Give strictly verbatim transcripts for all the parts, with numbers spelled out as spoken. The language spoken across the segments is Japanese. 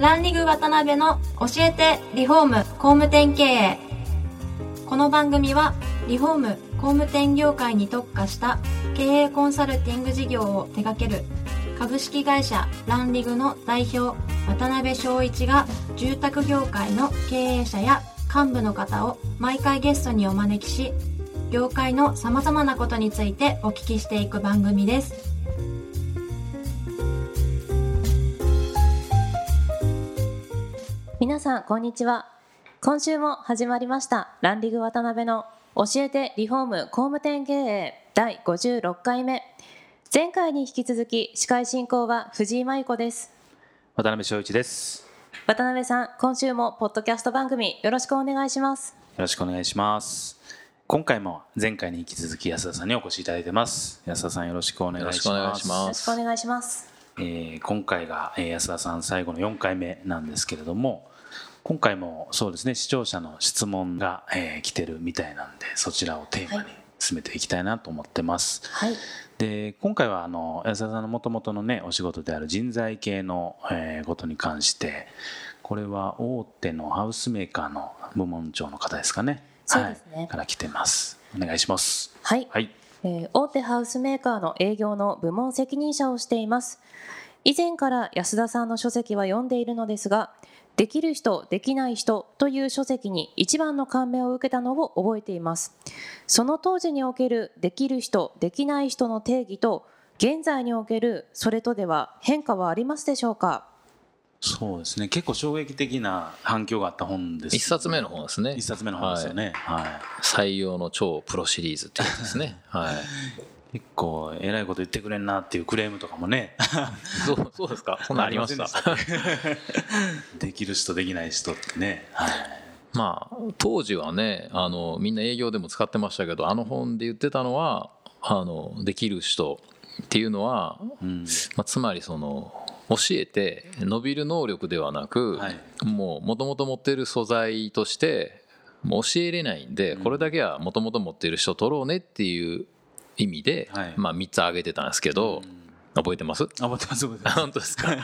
ランリグ渡辺の教えてリフォーム工務店経営。この番組はリフォーム工務店業界に特化した経営コンサルティング事業を手掛ける株式会社ランリグの代表渡辺翔一が、住宅業界の経営者や幹部の方を毎回ゲストにお招きし、業界のさまざまなことについてお聞きしていく番組です。 皆さんこんにちは。今週も始まりましたランリグ渡辺の教えてリフォーム工務店経営だいごじゅうろっかいめ。前回に引き続き司会進行は藤井真由子です。 渡辺翔一です。 渡辺さん、今週もポッドキャスト番組よろしくお願いします。 よろしくお願いします。今回も前回に引き続き安田さんにお越しいただいてます。安田さん、よろしくお願いします。 よろしくお願いします。 えー、今回が、えー、安田さん最後のよんかいめなんですけれども、今回もそうですね、視聴者の質問が、えー、来てるみたいなんで、そちらをテーマに進めていきたいなと思ってます。 はい、 で今回はあの安田さんのもともとのねお仕事である人材系の、えー、ことに関して、これは大手のハウスメーカーの部門長の方ですかね。 そうですね、 はい、から来てます。お願いします。 はい、 はい。 えー、大手ハウスメーカーの営業の部門責任者をしています。以前から安田さんの書籍は読んでいるのですが、できる人できない人という書籍に一番の感銘を受けたのを覚えています。その当時におけるできる人できない人の定義と現在におけるそれとでは変化はありますでしょうか。 そうですね、結構衝撃的な反響があった本です、ね、 一冊目の本ですね。 一冊目の本ですよね、はいはい、 採用の超プロシリーズってやつですね、はい、 結構えらいこと言ってくれんなっていうクレームとかもねそうそうですか。そんなありましたできる人できない人ってね、はい、 まあ当時はね、あのみんな営業でも使ってましたけど、あの本で言ってたのは、あのできる人っていうのは、うんまあ、つまりその教えて伸びる能力ではなく、はい、もう元々持っている素材としてもう教えれないんで、うん、これだけは元々持っている人取ろうねっていう意味で、はい、まあみっつ挙げてたんですけど、うん、覚えてます？ 覚えてます、覚えてます。 本当ですか。はい。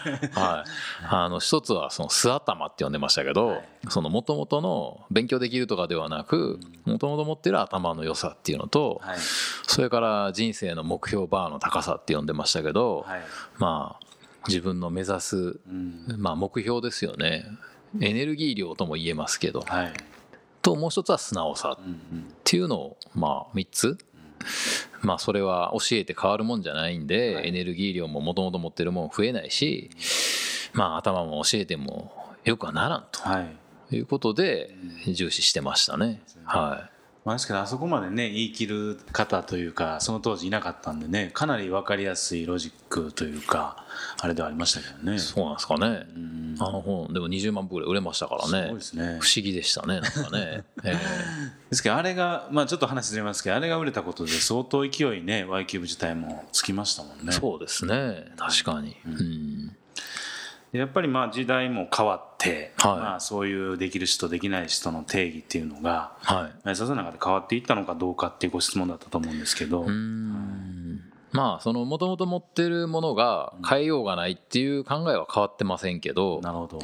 あの一つはその素頭って呼んでましたけど、はい、その元々の勉強できるとかではなく、元々持っている頭の良さっていうのと、はい、それから人生の目標バーの高さって呼んでましたけど、はい、まあ自分の目指す、うんまあ、目標ですよね。エネルギー量とも言えますけど、はい、ともう一つは素直さっていうのを、まあみっつ、まあそれは教えて変わるもんじゃないんで、はい、エネルギー量ももともと持ってるもん増えないし、まあ頭も教えてもよくはならんと、はい、いうことで重視してましたね。はい。 まあ、ですけどあそこまでね言い切る方というかその当時いなかったんでね、かなり分かりやすいロジックというかあれではありましたけどね。 そうなんですかね。うんあの本でもにじゅうまんぶぐらい売れましたからね。 すごいですね。 不思議でしたね、なんかね、えー、 ですけどあれが、まあ、ちょっと話ずれますけど、あれが売れたことで相当勢いね ワイキューブ 自体もつきましたもんね。 そうですね、確かに、うんうんやっぱりまあ時代も変わって、はいまあ、そういうできる人できない人の定義っていうのが、はい、安田さんの中で変わっていったのかどうかっていうご質問だったと思うんですけど、うーんまあその元々持ってるものが変えようがないっていう考えは変わってませんけど、 なるほど、うん、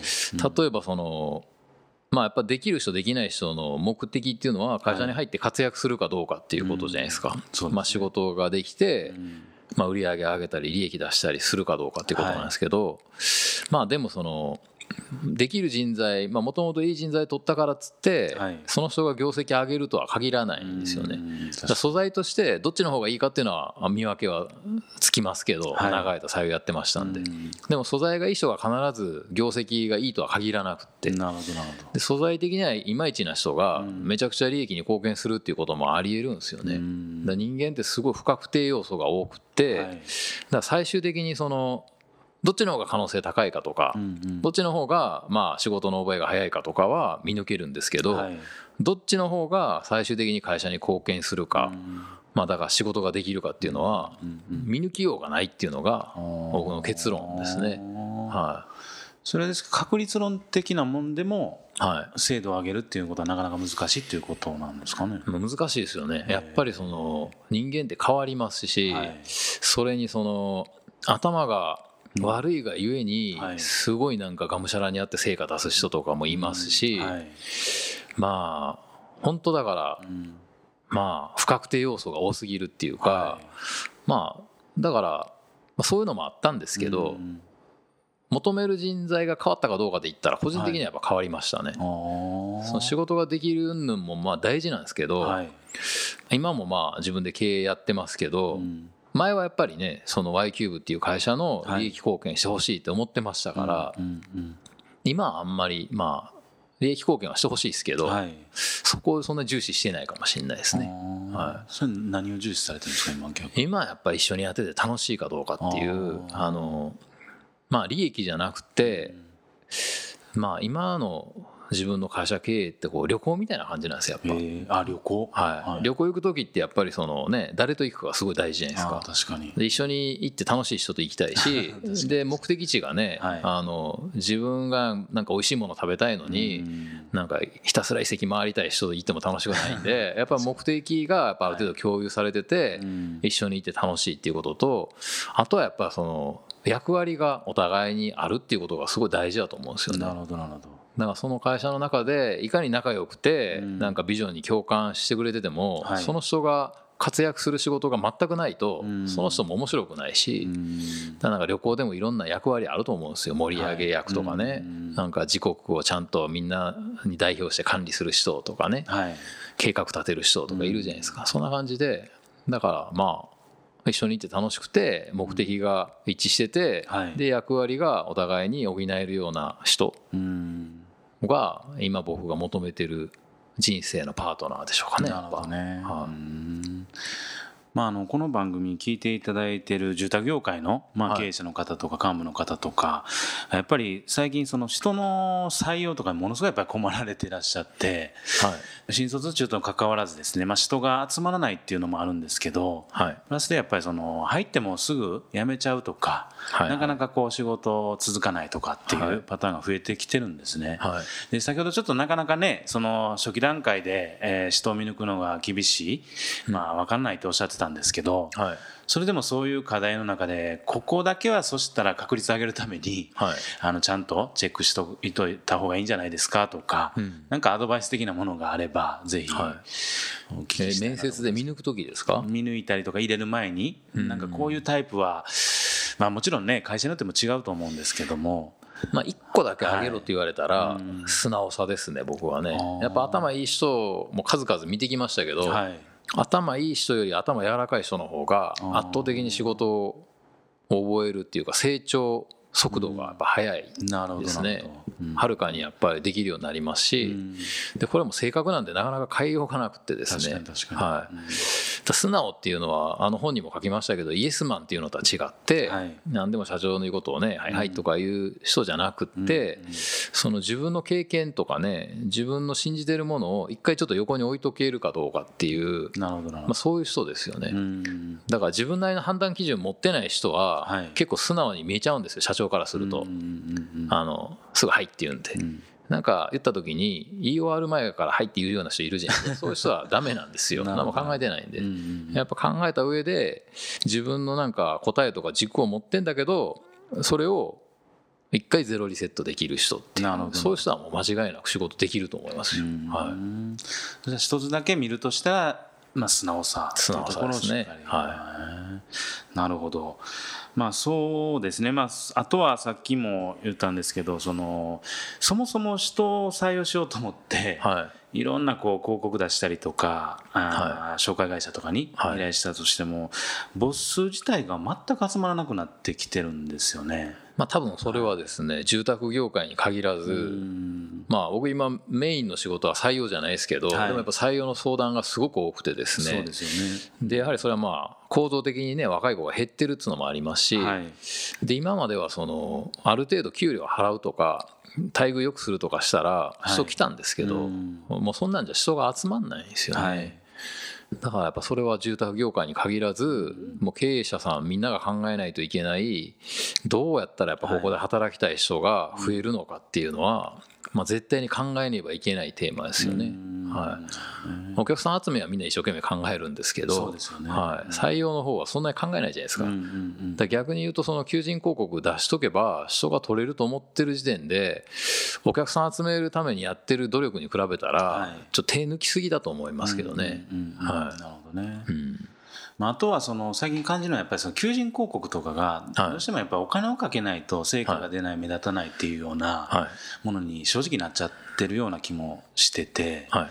例えばそのまあやっぱできる人できない人の目的っていうのは会社に入って活躍するかどうかっていうことじゃないですか、はいうんまあ、仕事ができて、うんまあ、売り上げ上げたり利益出したりするかどうかっていうことなんですけど、はい、まあでもそのできる人材、もともといい人材取ったからっつって、はい、その人が業績上げるとは限らないんですよね。だ素材としてどっちの方がいいかっていうのは見分けはつきますけど、はい、長い間採用やってましたんで、んでも素材がいい人が必ず業績がいいとは限らなくって、 なるほどなるほど。で素材的にはいまいちな人がめちゃくちゃ利益に貢献するっていうこともありえるんですよね。だ人間ってすごい不確定要素が多くて、はい、だから最終的にそのどっちの方が可能性高いかとか、うんうん、どっちの方がまあ仕事の覚えが早いかとかは見抜けるんですけど、はい、どっちの方が最終的に会社に貢献するか、うん、まあだから仕事ができるかっていうのは見抜きようがないっていうのが僕の結論ですね。はい。 それです確率論的なもんでも精度を上げるっていうことはなかなか難しいっていうことなんですかね。 難しいですよね。やっぱりその人間って変わりますし、はい、それにその頭が悪いがゆえにすごいなんかがむしゃらにやって成果出す人とかもいますし、まあ本当だからまあ不確定要素が多すぎるっていうか、まあだからそういうのもあったんですけど、求める人材が変わったかどうかで言ったら個人的にはやっぱ変わりましたね。その仕事ができる云々もまあ大事なんですけど、今もまあ自分で経営やってますけど、前はやっぱりねその ワイキューブっていう会社の利益貢献してほしいって思ってましたから、今はあんまりまあ利益貢献はしてほしいですけど、そこをそんな重視してないかもしれないですね。 はい、それ何を重視されてるんですか今？ 今はやっぱり一緒にやってて楽しいかどうかっていう、あのまあ利益じゃなくて、まあ今の自分の会社経営ってこう旅行みたいな感じなんですよやっぱ。えー、あ旅行、 はいはい、旅行行く時ってやっぱりそのね誰と行くかがすごい大事じゃないですか。 あ確かに。 で一緒に行って楽しい人と行きたいしで目的地がね、はい、あの自分がなんか美味しいもの食べたいのになんかひたすら遺跡回りたい人と行っても楽しくないんでやっぱ目的がやっぱある程度共有されてて一緒に行って楽しいっていうことと、あとはやっぱその役割がお互いにあるっていうことがすごい大事だと思うんですよね。 なるほどなるほど。 だからその会社の中でいかに仲良くてなんかビジョンに共感してくれてても、その人が活躍する仕事が全くないとその人も面白くないし、だからなんか旅行でもいろんな役割あると思うんですよ。盛り上げ役とかね、なんか時刻をちゃんとみんなに代表して管理する人とかね、計画立てる人とかいるじゃないですか。そんな感じでだからまあ一緒にいて楽しくて目的が一致してて、で役割がお互いに補えるような人が今僕が求めてる人生のパートナーでしょうかね。 なるほどね。はい、うんまあ、あのこの番組聞いていただいている住宅業界のまあ経営者の方とか幹部の方とかやっぱり最近その人の採用とかにものすごいやっぱり困られていらっしゃって、新卒中と関わらずですね、まあ人が集まらないっていうのもあるんですけど、プラスでやっぱりその入ってもすぐ辞めちゃうとかなかなかこう仕事続かないとかっていうパターンが増えてきてるんですね。で先ほどちょっとなかなかねその初期段階でえ人を見抜くのが厳しい、まあ分かんないとおっしゃってたんですけど、はい、それでもそういう課題の中でここだけはそしたら確率上げるために、はい、あのちゃんとチェックしといた方がいいんじゃないですかとか、うん、なんかアドバイス的なものがあればぜひお聞きしたいなと思います。 面接で見抜く時ですか？ 見抜いたりとか入れる前に、うん、なんかこういうタイプは、まあ、もちろんね会社によっても違うと思うんですけども、 まあ、いっこだけあげろって言われたら素直さですね。僕はねやっぱ頭いい人も数々見てきましたけど、はい、頭いい人より頭柔らかい人の方が圧倒的に仕事を覚えるっていうか成長速度がやっぱ速いですね。はるかにやっぱりできるようになりますし、でこれも性格なんでなかなか変えようがなくてですね、はい、素直っていうのはあの本にも書きましたけどイエスマンっていうのとは違って、はい、何でも社長の言うことをねはいはいとかいう人じゃなくって、その自分の経験とかね自分の信じてるものを一回ちょっと横に置いとけるかどうかっていう、まあ、そういう人ですよね。だから自分なりの判断基準を持ってない人は結構素直に見えちゃうんですよ社長からすると。あのすぐ「はい」って言うんで、うん、なんか言った時に言い終わる前から「はい」って言うような人いるじゃないですか。そういう人はダメなんですよ。何も考えてないんで、うんうん、やっぱ考えた上で自分のなんか答えとか軸を持ってんだけどそれを一回ゼロリセットできる人っていう、そういう人はもう間違いなく仕事できると思いますよ。はい、 じゃあ一つだけ見るとしたら、まあ、素直さ素直さですね。 はい、なるほど。まあそうですね、まあ、あとはさっきも言ったんですけどそのそもそも人を採用しようと思って、はい、いろんなこう広告出したりとか、はい、紹介会社とかに依頼したとしても、はい、母数自体が全く集まらなくなってきてるんですよね。 まあ、多分それはですね、はい、住宅業界に限らず、まあ、僕今メインの仕事は採用じゃないですけど、はい、でもやっぱ採用の相談がすごく多くてですね。 そうですよね。 でやはりそれはまあ構造的にね若い子が減ってるっていうのもありますし、はい、で今まではそのある程度給料を払うとか待遇良くするとかしたら人来たんですけど、はい、もうそんなんじゃ人が集まんないんですよね。はい、だからやっぱそれは住宅業界に限らずもう経営者さんみんなが考えないといけないどうやったらやっぱここで働きたい人が増えるのかっていうのは、まあ、絶対に考えねばいけないテーマですよね。 はい、お客さん集めはみんな一生懸命考えるんですけど、 そうですよね、 はい、採用の方はそんなに考えないじゃないですか。うんうんうん、だ逆に言うとその求人広告出しとけば人が取れると思ってる時点でお客さん集めるためにやってる努力に比べたらちょっと手抜きすぎだと思いますけどね。 なるほどね、うんまあ、あとはその最近感じるのはやっぱりその求人広告とかがどうしてもやっぱりお金をかけないと成果が出ない、目立たないっていうようなものに正直なっちゃってるような気もしてて、はい、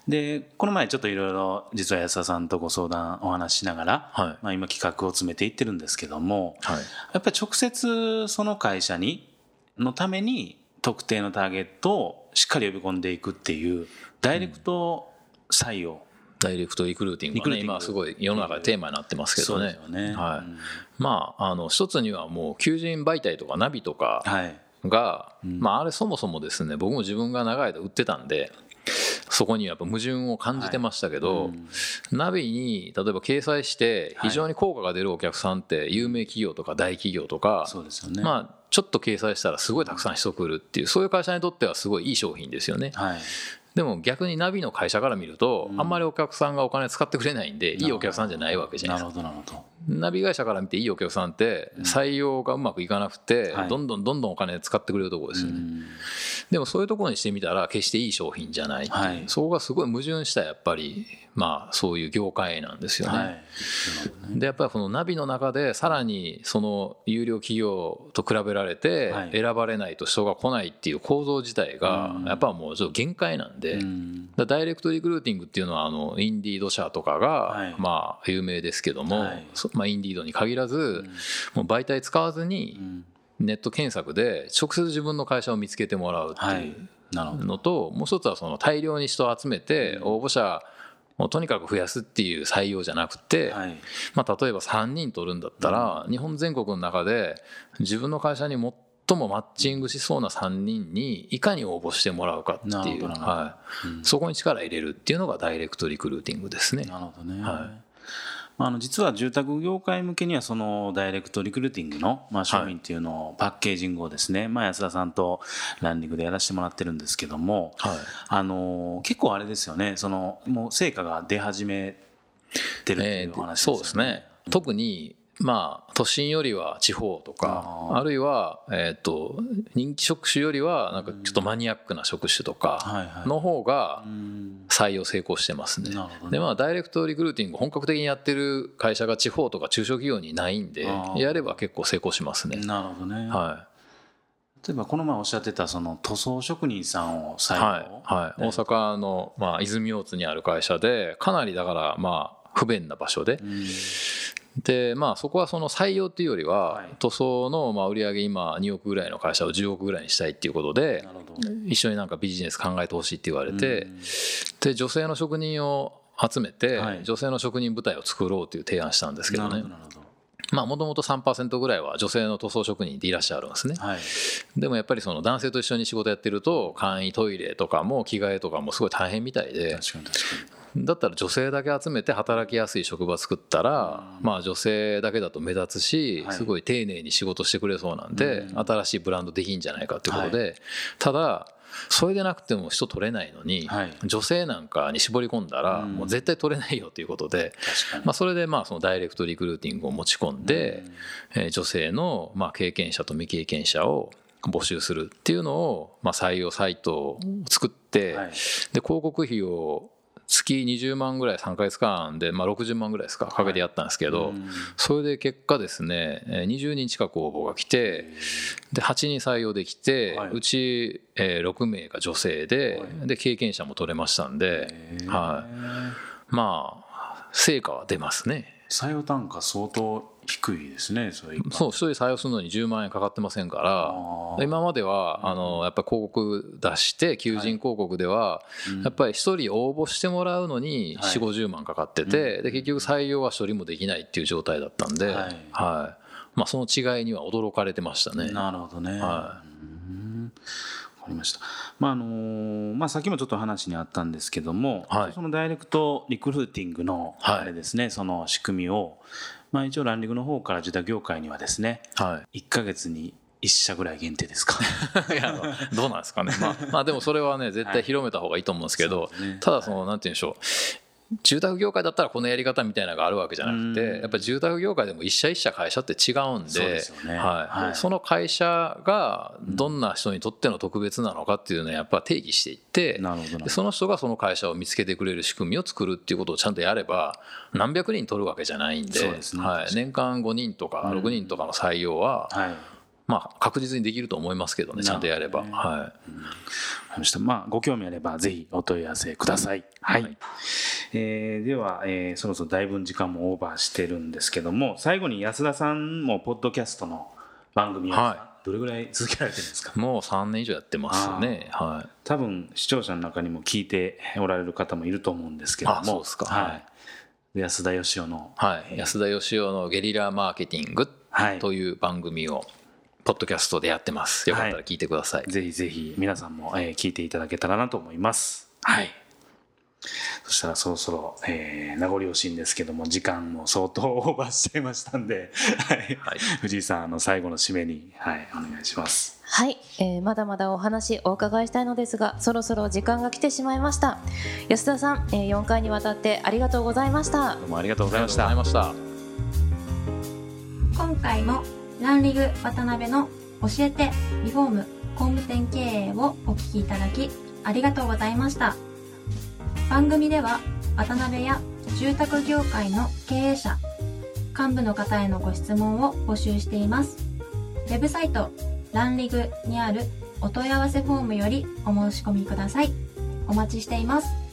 でこの前ちょっといろいろ実は安田さんとご相談お話ししながら、はいまあ、今企画を詰めていってるんですけども、はい、やっぱり直接その会社にのために特定のターゲットをしっかり呼び込んでいくっていうダイレクト採用、うんダイレクトリクルーティングはね今すごい世の中でテーマになってますけどね。まああの一つにはもう求人媒体とかナビとかがまああれそもそもですね僕も自分が長い間売ってたんでそこにやっぱ矛盾を感じてましたけど、ナビに例えば掲載して非常に効果が出るお客さんって有名企業とか大企業とかまあちょっと掲載したらすごいたくさん人来るっていうそういう会社にとってはすごいいい商品ですよね。でも逆にナビの会社から見るとあんまりお客さんがお金使ってくれないんでいいお客さんじゃないわけじゃないですか。なるほどなるほど。ナビ会社から見ていいお客さんって採用がうまくいかなくてどんどんどんどんお金使ってくれるところですよね。でもそういうところにしてみたら決していい商品じゃないっていう、そこがすごい矛盾したやっぱりまあそういう業界なんですよね。でやっぱりこのナビの中でさらにその有料企業と比べられて選ばれないと人が来ないっていう構造自体がやっぱもうちょっと限界なんで、だダイレクトリクルーティングっていうのはあのインディード社とかがまあ有名ですけども、まあインディードに限らずもう媒体使わずにネット検索で直接自分の会社を見つけてもらうっていうのと、もう一つはその大量に人を集めて応募者もうとにかく増やすっていう採用じゃなくて、まあ例えばさんにん取るんだったら日本全国の中で自分の会社に最もマッチングしそうなさんにんにいかに応募してもらうかっていう、はい、そこに力入れるっていうのがダイレクトリクルーティングですね。 なるほどね。はいあの実は住宅業界向けにはそのダイレクトリクルーティングのまあ商品っていうのをパッケージングをですね、まあ安田さんとランディングでやらせてもらってるんですけども、あの結構あれですよね、そのもう成果が出始めてるっていうお話ですよね。 そうですね。特にまあ都心よりは地方とか あ, あるいはえと人気職種よりはなんかちょっとマニアックな職種とかの方が採用成功してますね。でまあダイレクトリクルーティング本格的にやってる会社が地方とか中小企業にないんでやれば結構成功しますね。 なるほどね。はい。例えばこの前おっしゃってたその塗装職人さんを採用、はいはい、大阪のまあ泉大津にある会社でかなりだからまあ不便な場所で。でまあ、そこはその採用っていうよりは塗装のまあ売り上げ今におくぐらいの会社をじゅうおくぐらいにしたいっていうことで一緒になんかビジネス考えてほしいって言われてで女性の職人を集めて女性の職人部隊を作ろうという提案したんですけどね。まあもともと さんパーセント ぐらいは女性の塗装職人でいらっしゃるんですね。でもやっぱりその男性と一緒に仕事やってると簡易トイレとかも着替えとかもすごい大変みたいで確かに確かにだったら女性だけ集めて働きやすい職場作ったらまあ女性だけだと目立つしすごい丁寧に仕事してくれそうなんで新しいブランドできんじゃないかということでただそれでなくても人取れないのに女性なんかに絞り込んだらもう絶対取れないよということでまあそれでまあそのダイレクトリクルーティングを持ち込んで女性のまあ経験者と未経験者を募集するっていうのをまあ採用サイトを作ってで広告費を月にじゅうまんぐらいさんかげつかんで、まあ、ろくじゅうまんぐらいですかかけてやったんですけど、はい、それで結果ですねにじゅうにん近く応募が来てではちにん採用できて、はい、うちろくめいが女性で、はい、で経験者も取れましたんで、はい、まあ成果は出ますね。 採用単価相当低いですね。 そういうそう一人採用するのにじゅうまんえんかかってませんから今まではあのやっぱり広告出して求人広告ではやっぱり一人応募してもらうのによんじゅうごじゅうまんかかっててで結局採用は一人もできないっていう状態だったんで、はいはいまあ、その違いには驚かれてましたね。 なるほどね、はい、うんありました。まああのまあ、さっきもちょっと話にあったんですけども、はい、そのダイレクトリクルーティングのあれですね、はい、その仕組みを、まあ、一応ランディングの方から住宅業界にはですね、はい、いっかげつにいっ社ぐらい限定ですかいやどうなんですかね、まあ、まあでもそれはね絶対広めた方がいいと思うんですけど、はいね、ただそのなんて言うんでしょう、住宅業界だったらこのやり方みたいなのがあるわけじゃなくて、やっぱり住宅業界でも一社一社会社って違うんで、 そうですよね、はいはい、その会社がどんな人にとっての特別なのかっていうのをやっぱ定義していって、でその人がその会社を見つけてくれる仕組みを作るっていうことをちゃんとやれば何百人取るわけじゃないん で, で、ね、はい、年間ごにんとかろくにんとかの採用は、はい、まあ、確実にできると思いますけどね、ちゃんとやれば、ね、はい、 うん、まあ、ご興味あればぜひお問い合わせください。はい、はい、えー、では、えー、そろそろだいぶ時間もオーバーしてるんですけども、最後に安田さんもポッドキャストの番組をどれぐらい続けられてるんですか？ もうさんねん以上やってますね、はい、 多分視聴者の中にも聞いておられる方もいると思うんですけども、 あ、そうですか、 はい、安田義雄の、 はい、安田義雄のゲリラマーケティングという番組をポッドキャストでやってます。よかったら聞いてください。 はい、ぜひぜひ皆さんも、えー、聞いていただけたらなと思います。はい。そしたらそろそろ、えー、名残惜しいんですけども、時間も相当オーバーしちゃいましたんで、はいはい、藤井さん、あの最後の締めに、はい、お願いします。 はい、えー、まだまだお話お伺いしたいのですが、そろそろ時間が来てしまいました。安田さん、えー、よんかいにわたってありがとうございました。 どうもありがとうございました。 今回もランリグ渡辺の教えてリフォーム工務店経営をお聞きいただきありがとうございました。番組では渡辺や住宅業界の経営者、幹部の方へのご質問を募集しています。ウェブサイトランリグにあるお問い合わせフォームよりお申し込みください。お待ちしています。